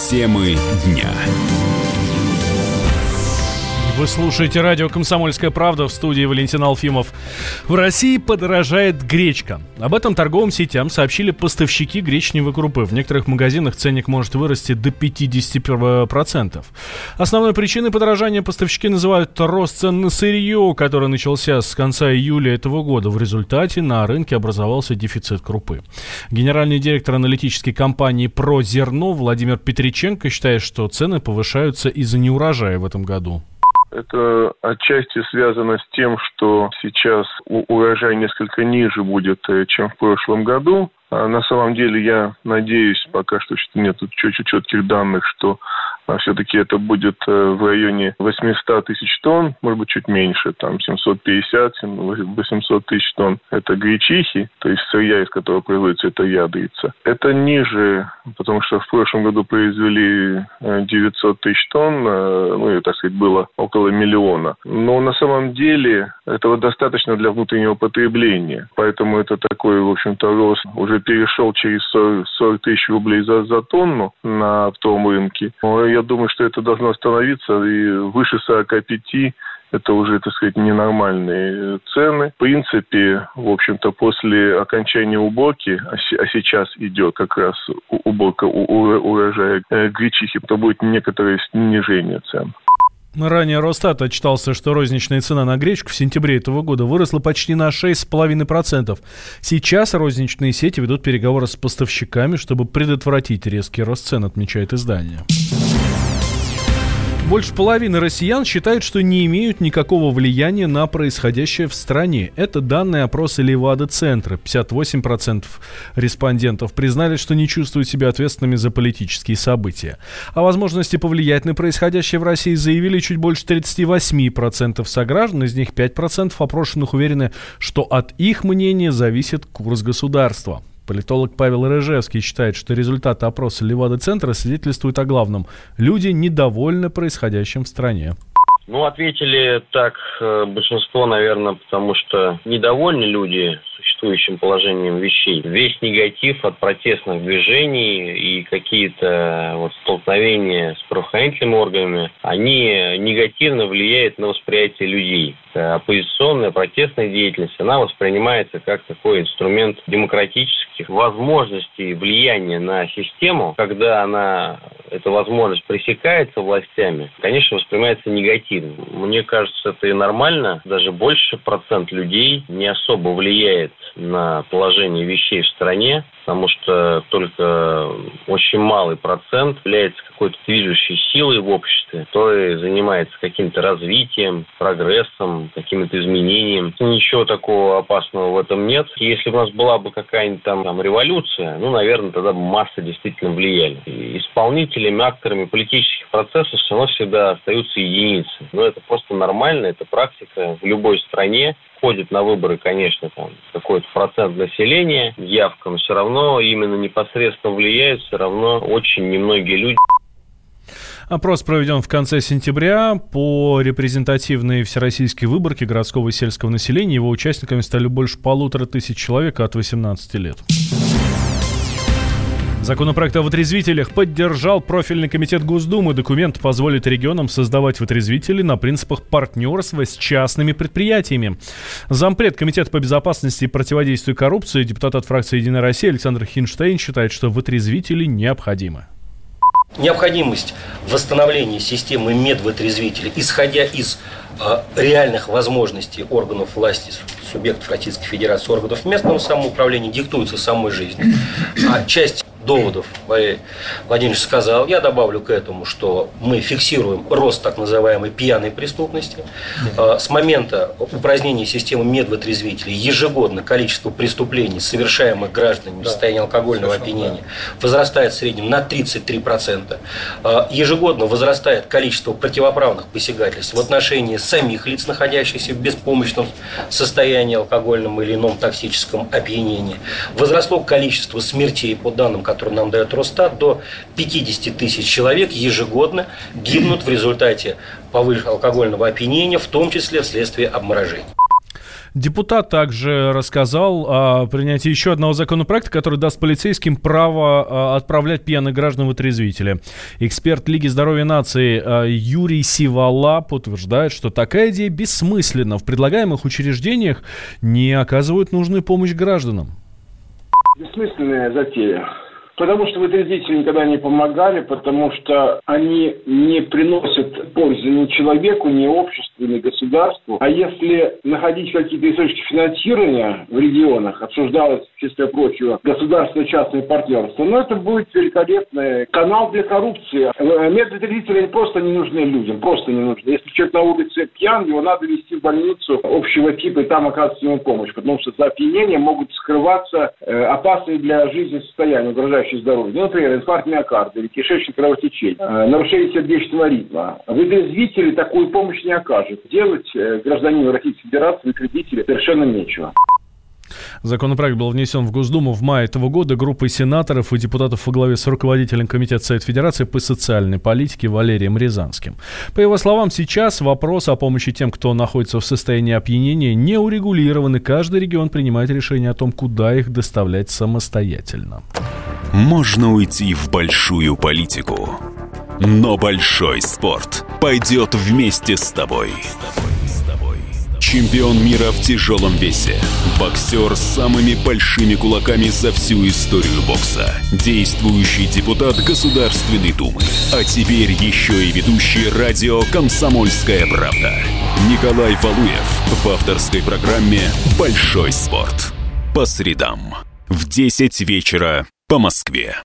Темы дня. Вы слушаете радио «Комсомольская правда», в студии Валентин Алфимов. В России подорожает гречка. Об этом торговым сетям сообщили поставщики гречневой крупы. В некоторых магазинах ценник может вырасти до 50%. Основной причиной подорожания поставщики называют рост цен на сырье, который начался с конца июля этого года. В результате на рынке образовался дефицит крупы. Генеральный директор аналитической компании «Прозерно» Владимир Петриченко считает, что цены повышаются из-за неурожая в этом году. Это отчасти связано с тем, что сейчас урожай несколько ниже будет, чем в прошлом году. На самом деле, я надеюсь, пока что нет четких данных, что все-таки это будет в районе 800 тысяч тонн, может быть, чуть меньше, там 750-800 тысяч тонн. Это гречихи, то есть сырья, из которого производится эта ядрица. Это ниже, потому что в прошлом году произвели 900 тысяч тонн, так сказать, было около миллиона. Но на самом деле этого достаточно для внутреннего потребления. Поэтому это такой, в общем-то, рост уже перешел через 40 тысяч рублей за тонну на оптовом рынке. Но я думаю, что это должно остановиться, и выше 45 это уже, так сказать, ненормальные цены. В принципе, в общем-то, после окончания уборки, а сейчас идет как раз уборка урожая гречихи, то будет некоторое снижение цен. Ранее Росстат отчитался, что розничная цена на гречку в сентябре этого года выросла почти на 6,5%. Сейчас розничные сети ведут переговоры с поставщиками, чтобы предотвратить резкий рост цен, отмечает издание. Больше половины россиян считают, что не имеют никакого влияния на происходящее в стране. Это данные опроса Левада-центра. 58% респондентов признали, что не чувствуют себя ответственными за политические события. О возможности повлиять на происходящее в России заявили чуть больше 38% сограждан. Из них 5% опрошенных уверены, что от их мнения зависит курс государства. Политолог Павел Рыжевский считает, что результаты опроса Левада-центра свидетельствуют о главном. Люди недовольны происходящим в стране. Ответили так большинство, наверное, потому что недовольны люди существующим положением вещей. Весь негатив от протестных движений и какие-то столкновения с правоохранительными органами, они негативно влияют на восприятие людей. Оппозиционная, протестная деятельность, она воспринимается как такой инструмент демократических возможностей влияния на систему. Когда эта возможность пресекается властями, конечно, воспринимается негативно. Мне кажется, это и нормально. Даже больше процент людей не особо влияет на положение вещей в стране, потому что только очень малый процент является какой-то движущей силой в обществе, который занимается каким-то развитием, прогрессом, каким-то изменением. Ничего такого опасного в этом нет. Если бы у нас была бы какая-нибудь там революция, наверное, тогда бы массы действительно влияли. И исполнителями, акторами политических процессов все равно всегда остаются единицы. Но это просто нормально, это практика в любой стране. Ходит на выборы, конечно, какой-то процент населения, явка, но все равно именно непосредственно влияют все равно очень немногие люди. Опрос проведен в конце сентября по репрезентативной всероссийской выборке городского и сельского населения. Его участниками стали больше 1500 человек от 18 лет. Законопроект о вытрезвителях поддержал профильный комитет Госдумы. Документ позволит регионам создавать вытрезвители на принципах партнерства с частными предприятиями. Зампред Комитета по безопасности и противодействию коррупции, депутат от фракции «Единая Россия» Александр Хинштейн считает, что вытрезвители необходимы. Необходимость восстановления системы медвытрезвителей, исходя из реальных возможностей органов власти, субъектов Российской Федерации, органов местного самоуправления, диктуется самой жизнью. А часть доводов Валерий Владимирович сказал. Я добавлю к этому, что мы фиксируем рост так называемой пьяной преступности. С момента упразднения системы медвытрезвителей ежегодно количество преступлений, совершаемых гражданами в состоянии алкогольного опьянения, возрастает в среднем на 33%. Ежегодно возрастает количество противоправных посягательств в отношении самих лиц, находящихся в беспомощном состоянии алкогольном или ином токсическом опьянении. Возросло количество смертей, по данным, которые нам дает Росстат, до 50 тысяч человек ежегодно гибнут в результате алкогольного опьянения, в том числе вследствие обморожений. Депутат также рассказал о принятии еще одного законопроекта, который даст полицейским право отправлять пьяных граждан в отрезвители. Эксперт Лиги здоровья нации Юрий Сиволап утверждает, что такая идея бессмысленна. В предлагаемых учреждениях не оказывают нужную помощь гражданам. Бессмысленная затея. Потому что вытрезвители никогда не помогали, потому что они не приносят пользы ни человеку, ни обществу, ни государству. А если находить какие-то источники финансирования в регионах, обсуждалось, в числе прочего, государственно-частное партнерство, это будет великолепный канал для коррупции. Медвытрезвители просто не нужны людям, просто не нужны. Если человек на улице пьян, его надо везти в больницу общего типа, и там оказывать ему помощь, потому что за опьянением могут скрываться опасные для жизни состояния, угрожающие здоровью. Например, инфаркт миокарда или кишечное кровотечение, нарушение сердечного ритма. Вытрезвители такую помощь не окажут. Делать гражданину Российской Федерации вытрезвители совершенно нечего. Законопроект был внесен в Госдуму в мае этого года группой сенаторов и депутатов во главе с руководителем Комитета Совета Федерации по социальной политике Валерием Рязанским. По его словам, сейчас вопрос о помощи тем, кто находится в состоянии опьянения, не урегулирован, и каждый регион принимает решение о том, куда их доставлять самостоятельно. Можно уйти в большую политику, но большой спорт пойдет вместе с тобой. Чемпион мира в тяжелом весе. Боксер с самыми большими кулаками за всю историю бокса. Действующий депутат Государственной Думы. А теперь еще и ведущий радио «Комсомольская правда». Николай Валуев в авторской программе «Большой спорт». По средам в 10 вечера по Москве.